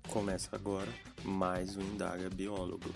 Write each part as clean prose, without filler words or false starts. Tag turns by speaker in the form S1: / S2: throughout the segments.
S1: Começa agora mais um Indaga Biólogo.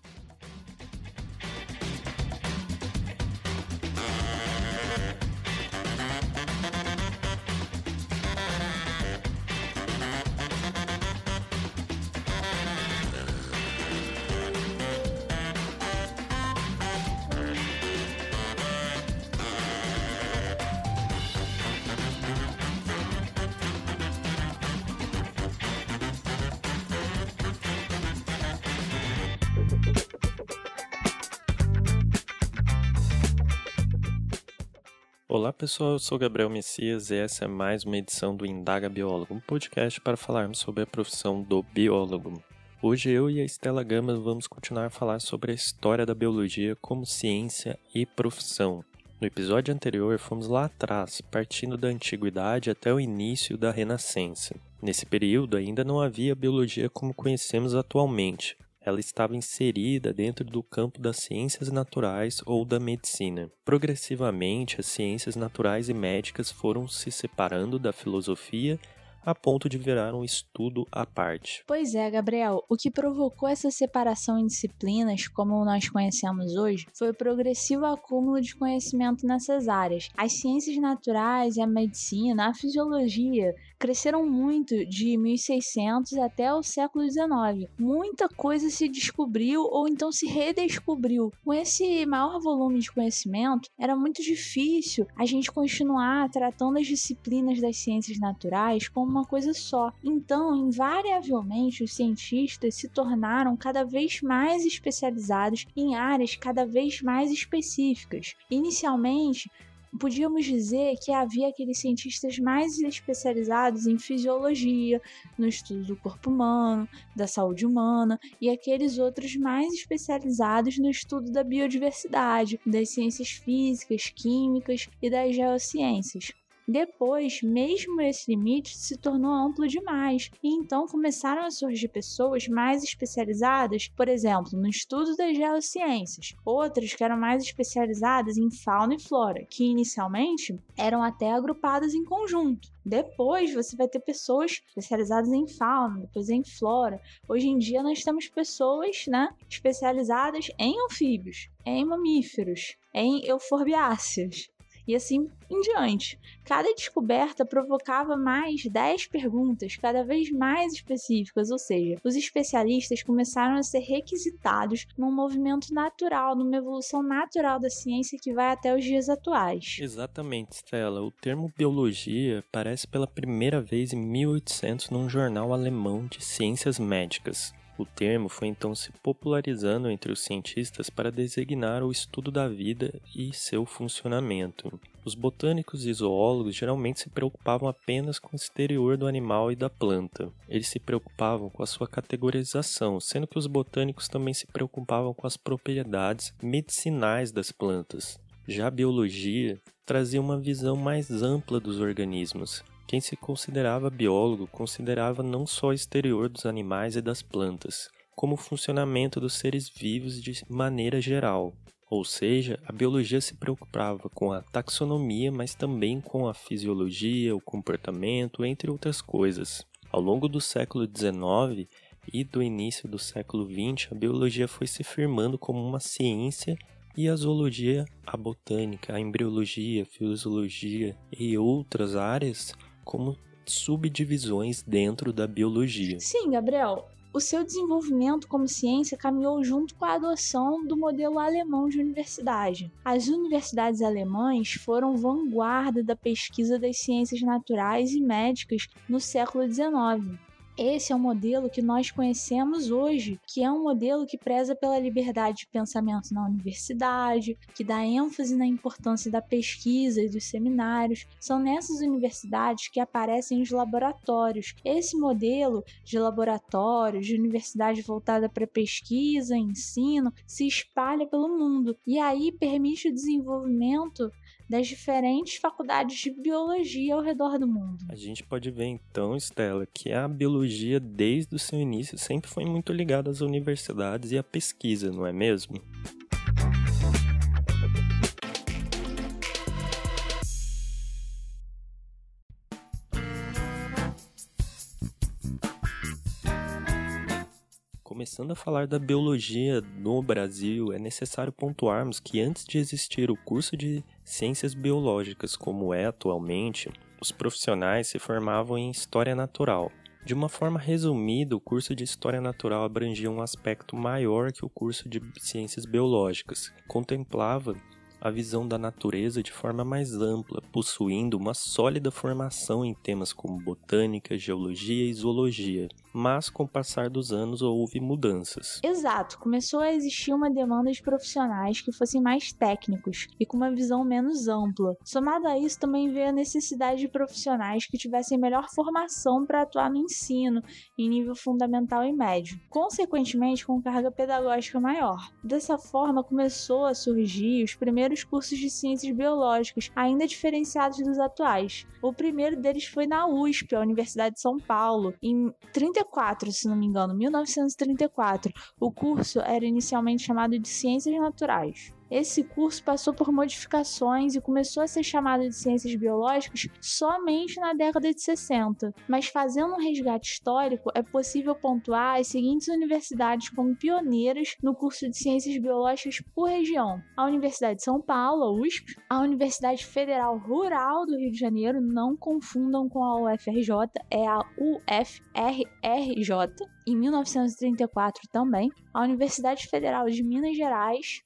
S1: Olá pessoal, eu sou Gabriel Messias e essa é mais uma edição do Indaga Biólogo, um podcast para falarmos sobre a profissão do biólogo. Hoje eu e a Estela Gama vamos continuar a falar sobre a história da biologia como ciência e profissão. No episódio anterior fomos lá atrás, partindo da antiguidade até o início da Renascença. Nesse período ainda não havia biologia como conhecemos atualmente. Ela estava inserida dentro do campo das ciências naturais ou da medicina. Progressivamente, as ciências naturais e médicas foram se separando da filosofia a ponto de virar um estudo à parte.
S2: Pois é, Gabriel, o que provocou essa separação em disciplinas, como nós conhecemos hoje, foi o progressivo acúmulo de conhecimento nessas áreas. As ciências naturais, a medicina, a fisiologia cresceram muito de 1600 até o século XIX. Muita coisa se descobriu ou então se redescobriu. Com esse maior volume de conhecimento, era muito difícil a gente continuar tratando as disciplinas das ciências naturais como uma coisa só. Então, invariavelmente, os cientistas se tornaram cada vez mais especializados em áreas cada vez mais específicas. Inicialmente, podíamos dizer que havia aqueles cientistas mais especializados em fisiologia, no estudo do corpo humano, da saúde humana, e aqueles outros mais especializados no estudo da biodiversidade, das ciências físicas, químicas e das geociências. Depois, mesmo esse limite se tornou amplo demais, e então começaram a surgir pessoas mais especializadas, por exemplo, no estudo das geociências, outras que eram mais especializadas em fauna e flora, que inicialmente eram até agrupadas em conjunto. Depois você vai ter pessoas especializadas em fauna, depois em flora. Hoje em dia nós temos pessoas, especializadas em anfíbios, em mamíferos, em euforbiáceas. E assim em diante. Cada descoberta provocava mais 10 perguntas, cada vez mais específicas, ou seja, os especialistas começaram a ser requisitados num movimento natural, numa evolução natural da ciência que vai até os dias atuais.
S1: Exatamente, Stella. O termo biologia aparece pela primeira vez em 1800 num jornal alemão de ciências médicas. O termo foi então se popularizando entre os cientistas para designar o estudo da vida e seu funcionamento. Os botânicos e zoólogos geralmente se preocupavam apenas com o exterior do animal e da planta. Eles se preocupavam com a sua categorização, sendo que os botânicos também se preocupavam com as propriedades medicinais das plantas. Já a biologia trazia uma visão mais ampla dos organismos. Quem se considerava biólogo considerava não só o exterior dos animais e das plantas, como o funcionamento dos seres vivos de maneira geral. Ou seja, a biologia se preocupava com a taxonomia, mas também com a fisiologia, o comportamento, entre outras coisas. Ao longo do século XIX e do início do século XX, a biologia foi se firmando como uma ciência e a zoologia, a botânica, a embriologia, a fisiologia e outras áreas como subdivisões dentro da biologia.
S2: Sim, Gabriel. O seu desenvolvimento como ciência caminhou junto com a adoção do modelo alemão de universidade. As universidades alemãs foram vanguarda da pesquisa das ciências naturais e médicas no século XIX. Esse é o modelo que nós conhecemos hoje, que é um modelo que preza pela liberdade de pensamento na universidade, que dá ênfase na importância da pesquisa e dos seminários. São nessas universidades que aparecem os laboratórios. Esse modelo de laboratório, de universidade voltada para pesquisa e ensino, se espalha pelo mundo e aí permite o desenvolvimento das diferentes faculdades de biologia ao redor do mundo.
S1: A gente pode ver então, Stella, que a biologia desde o seu início sempre foi muito ligada às universidades e à pesquisa, não é mesmo? Começando a falar da biologia no Brasil, é necessário pontuarmos que antes de existir o curso de ciências biológicas como é atualmente, os profissionais se formavam em História Natural. De uma forma resumida, o curso de História Natural abrangia um aspecto maior que o curso de Ciências Biológicas. Contemplava a visão da natureza de forma mais ampla, possuindo uma sólida formação em temas como botânica, geologia e zoologia. Mas, com o passar dos anos, houve mudanças.
S2: Exato, começou a existir uma demanda de profissionais que fossem mais técnicos e com uma visão menos ampla. Somado a isso, também veio a necessidade de profissionais que tivessem melhor formação para atuar no ensino, em nível fundamental e médio, consequentemente com carga pedagógica maior. Dessa forma, começou a surgir os primeiros cursos de ciências biológicas, ainda diferenciados dos atuais. O primeiro deles foi na USP, a Universidade de São Paulo, em 1934, se não me engano, 1934. O curso era inicialmente chamado de Ciências Naturais. Esse curso passou por modificações e começou a ser chamado de Ciências Biológicas somente na década de 60. Mas fazendo um resgate histórico, é possível pontuar as seguintes universidades como pioneiras no curso de Ciências Biológicas por região: a Universidade de São Paulo, a USP, a Universidade Federal Rural do Rio de Janeiro, não confundam com a UFRJ, é a UFRRJ, em 1934 também, a Universidade Federal de Minas Gerais,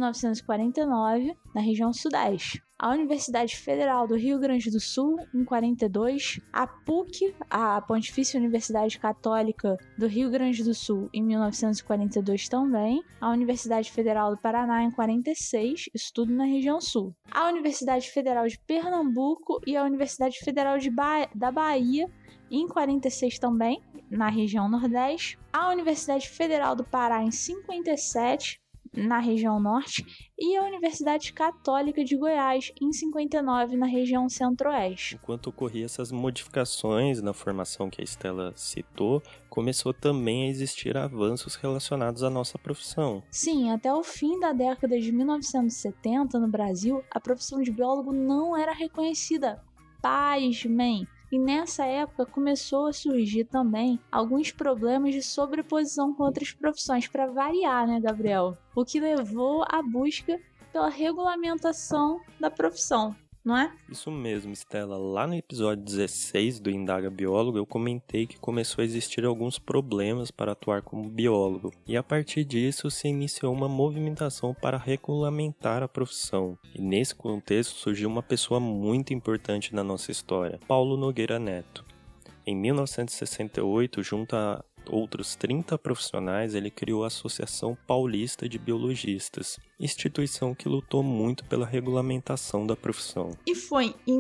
S2: 1949, na região sudeste. A Universidade Federal do Rio Grande do Sul, em 42. A PUC, a Pontifícia Universidade Católica do Rio Grande do Sul, em 1942 também. A Universidade Federal do Paraná, em 46, isso tudo na região sul. A Universidade Federal de Pernambuco e a Universidade Federal da Bahia, em 46 também, na região nordeste. A Universidade Federal do Pará, em 57, na região norte, e a Universidade Católica de Goiás, em 59, na região centro-oeste.
S1: Enquanto ocorriam essas modificações na formação que a Estela citou, começou também a existir avanços relacionados à nossa profissão.
S2: Sim, até o fim da década de 1970, no Brasil, a profissão de biólogo não era reconhecida. Pasmem! E nessa época começou a surgir também alguns problemas de sobreposição com outras profissões, para variar, né, Gabriel? O que levou à busca pela regulamentação da profissão, não é?
S1: Isso mesmo, Estela. Lá no episódio 16 do Indaga Biólogo, eu comentei que começou a existir alguns problemas para atuar como biólogo. E a partir disso se iniciou uma movimentação para regulamentar a profissão. E nesse contexto surgiu uma pessoa muito importante na nossa história, Paulo Nogueira Neto. Em 1968, junto a outros 30 profissionais, ele criou a Associação Paulista de Biologistas, instituição que lutou muito pela regulamentação da profissão.
S2: E foi em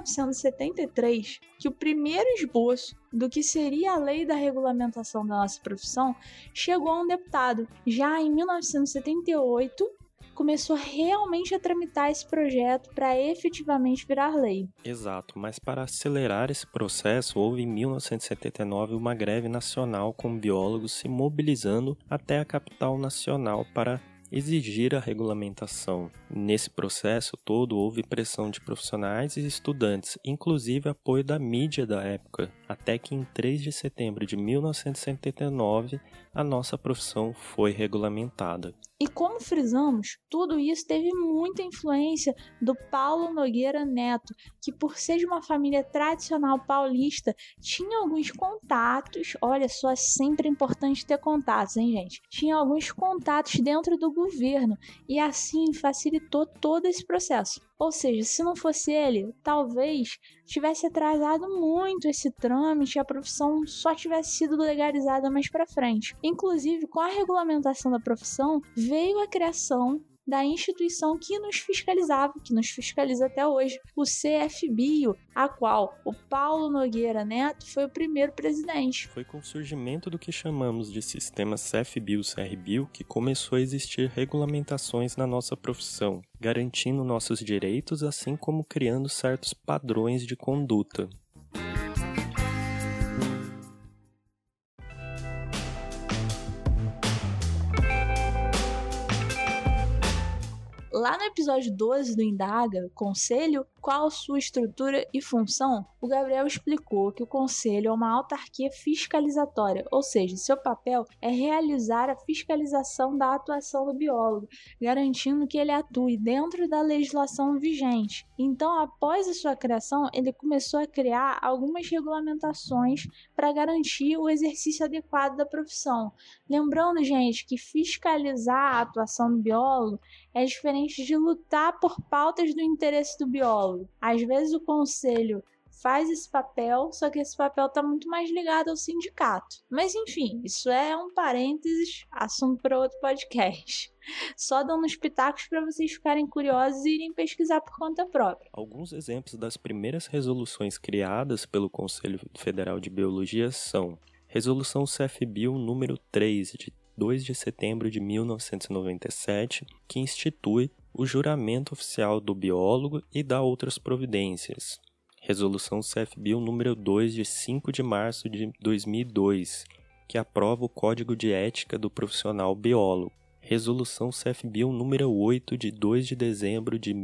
S2: 1973 que o primeiro esboço do que seria a lei da regulamentação da nossa profissão chegou a um deputado. Já em 1978, começou realmente a tramitar esse projeto para efetivamente virar lei.
S1: Exato, mas para acelerar esse processo, houve em 1979 uma greve nacional com biólogos se mobilizando até a capital nacional para exigir a regulamentação. Nesse processo todo, houve pressão de profissionais e estudantes, inclusive apoio da mídia da época, até que em 3 de setembro de 1979, a nossa profissão foi regulamentada.
S2: E como frisamos, tudo isso teve muita influência do Paulo Nogueira Neto, que por ser de uma família tradicional paulista, tinha alguns contatos. Olha só, é sempre importante ter contatos, hein, gente? Tinha alguns contatos dentro do governo e assim facilitou todo esse processo. Ou seja, se não fosse ele, talvez tivesse atrasado muito esse trâmite e a profissão só tivesse sido legalizada mais para frente. Inclusive, com a regulamentação da profissão, veio a criação da instituição que nos fiscalizava, que nos fiscaliza até hoje, o CFBio, a qual o Paulo Nogueira Neto foi o primeiro presidente.
S1: Foi com o surgimento do que chamamos de sistema CFBio-CRBio que começou a existir regulamentações na nossa profissão, garantindo nossos direitos, assim como criando certos padrões de conduta.
S2: Lá no episódio 12 do Indaga, Conselho, qual sua estrutura e função, o Gabriel explicou que o Conselho é uma autarquia fiscalizatória, ou seja, seu papel é realizar a fiscalização da atuação do biólogo, garantindo que ele atue dentro da legislação vigente. Então, após a sua criação, ele começou a criar algumas regulamentações para garantir o exercício adequado da profissão. Lembrando, gente, que fiscalizar a atuação do biólogo é diferente de lutar por pautas do interesse do biólogo. Às vezes o conselho faz esse papel, só que esse papel está muito mais ligado ao sindicato. Mas enfim, isso é um parênteses, assunto para outro podcast. Só dando uns pitacos para vocês ficarem curiosos e irem pesquisar por conta própria.
S1: Alguns exemplos das primeiras resoluções criadas pelo Conselho Federal de Biologia são Resolução CFBio número 3, de 2 de setembro de 1997, que institui o juramento oficial do biólogo e dá outras providências. Resolução CFBio número 2, de 5 de março de 2002, que aprova o Código de Ética do Profissional Biólogo. Resolução CFBio número 8, de 2 de dezembro de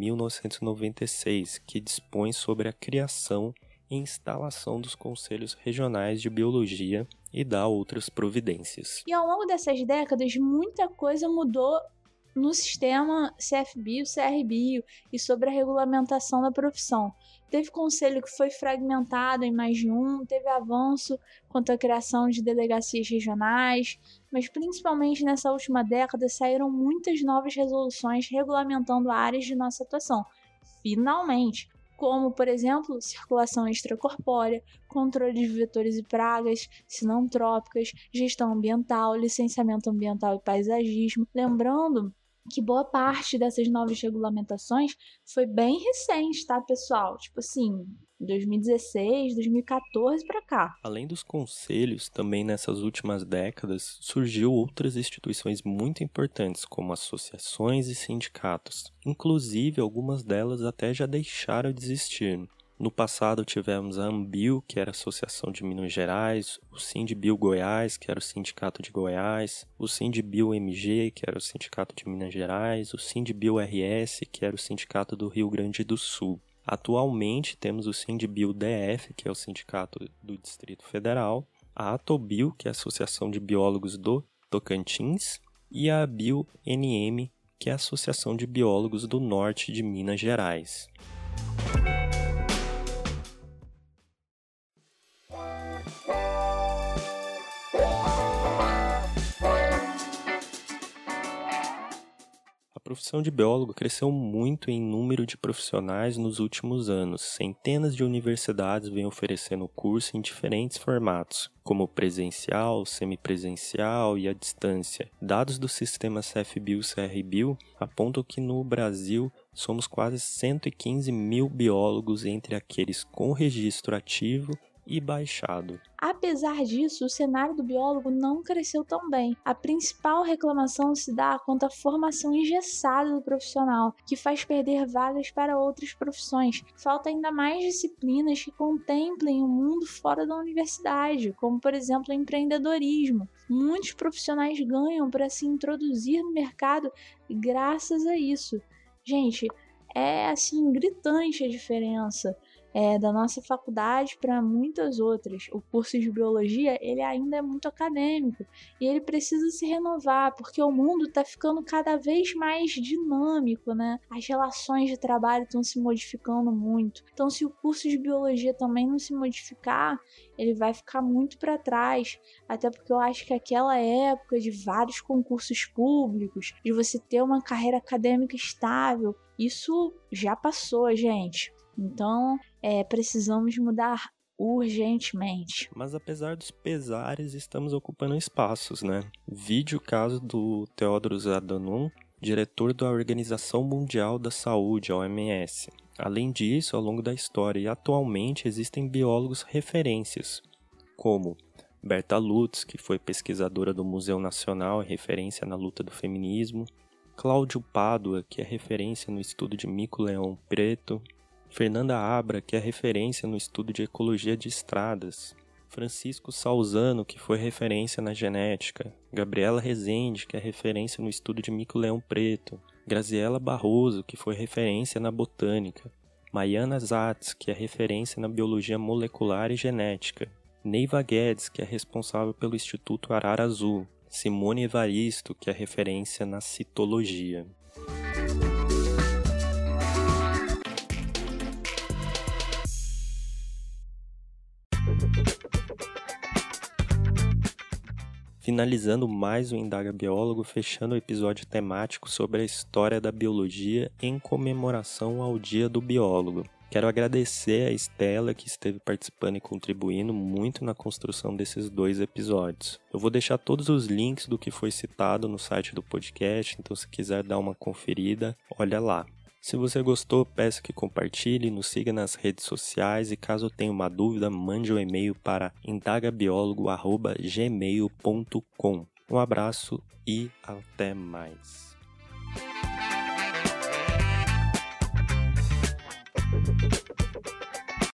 S1: 1996, que dispõe sobre a criação e instalação dos Conselhos Regionais de Biologia e dá outras providências.
S2: E ao longo dessas décadas, muita coisa mudou no sistema CFBio, CRBio e sobre a regulamentação da profissão. Teve conselho que foi fragmentado em mais de um, teve avanço quanto à criação de delegacias regionais, mas principalmente nessa última década saíram muitas novas resoluções regulamentando áreas de nossa atuação. Finalmente! Como, por exemplo, circulação extracorpórea, controle de vetores e pragas, sinantrópicas, gestão ambiental, licenciamento ambiental e paisagismo. Lembrando que boa parte dessas novas regulamentações foi bem recente, tá, pessoal? Tipo assim, 2016, 2014 para cá.
S1: Além dos conselhos, também nessas últimas décadas, surgiu outras instituições muito importantes, como associações e sindicatos. Inclusive, algumas delas até já deixaram de existir. No passado tivemos a ANBio, que era a Associação de Minas Gerais, o Sindbio Goiás, que era o Sindicato de Goiás, o Sindbio MG, que era o Sindicato de Minas Gerais, o Sindbio RS, que era o Sindicato do Rio Grande do Sul. Atualmente temos o Sindbio DF, que é o Sindicato do Distrito Federal, a Atobio, que é a Associação de Biólogos do Tocantins, e a ABIO-NM, que é a Associação de Biólogos do Norte de Minas Gerais. A profissão de biólogo cresceu muito em número de profissionais nos últimos anos. Centenas de universidades vêm oferecendo curso em diferentes formatos, como presencial, semipresencial e à distância. Dados do sistema CFBio-CRBio apontam que no Brasil somos quase 115 mil biólogos entre aqueles com registro ativo e baixado.
S2: Apesar disso, o cenário do biólogo não cresceu tão bem. A principal reclamação se dá quanto à formação engessada do profissional, que faz perder vagas para outras profissões. Falta ainda mais disciplinas que contemplem o mundo fora da universidade, como, por exemplo, o empreendedorismo. Muitos profissionais ganham para se introduzir no mercado graças a isso. Gente, é assim gritante a diferença da nossa faculdade para muitas outras. O curso de biologia, ele ainda é muito acadêmico e ele precisa se renovar, porque o mundo está ficando cada vez mais dinâmico, né? As relações de trabalho estão se modificando muito. Então, se o curso de biologia também não se modificar, ele vai ficar muito para trás, até porque eu acho que aquela época de vários concursos públicos, de você ter uma carreira acadêmica estável, isso já passou, gente. Então, precisamos mudar urgentemente.
S1: Mas apesar dos pesares, estamos ocupando espaços, né? Vide o caso do Tedros Adhanom, diretor da Organização Mundial da Saúde, a OMS. Além disso, ao longo da história e atualmente existem biólogos referências, como Berta Lutz, que foi pesquisadora do Museu Nacional e referência na luta do feminismo, Cláudio Pádua, que é referência no estudo de mico-leão preto, Fernanda Abra, que é referência no estudo de ecologia de estradas, Francisco Salzano, que foi referência na genética, Gabriela Rezende, que é referência no estudo de mico-leão preto, Graziela Barroso, que foi referência na botânica, Maiana Zatz, que é referência na biologia molecular e genética, Neiva Guedes, que é responsável pelo Instituto Arara Azul, Simone Evaristo, que é referência na citologia. Finalizando mais um Indaga Biólogo, fechando o episódio temático sobre a história da biologia em comemoração ao Dia do Biólogo. Quero agradecer a Estela, que esteve participando e contribuindo muito na construção desses 2 episódios. Eu vou deixar todos os links do que foi citado no site do podcast, então se quiser dar uma conferida, olha lá. Se você gostou, peço que compartilhe, nos siga nas redes sociais e caso tenha uma dúvida, mande um e-mail para indagabiologo@gmail.com. Um abraço e até mais.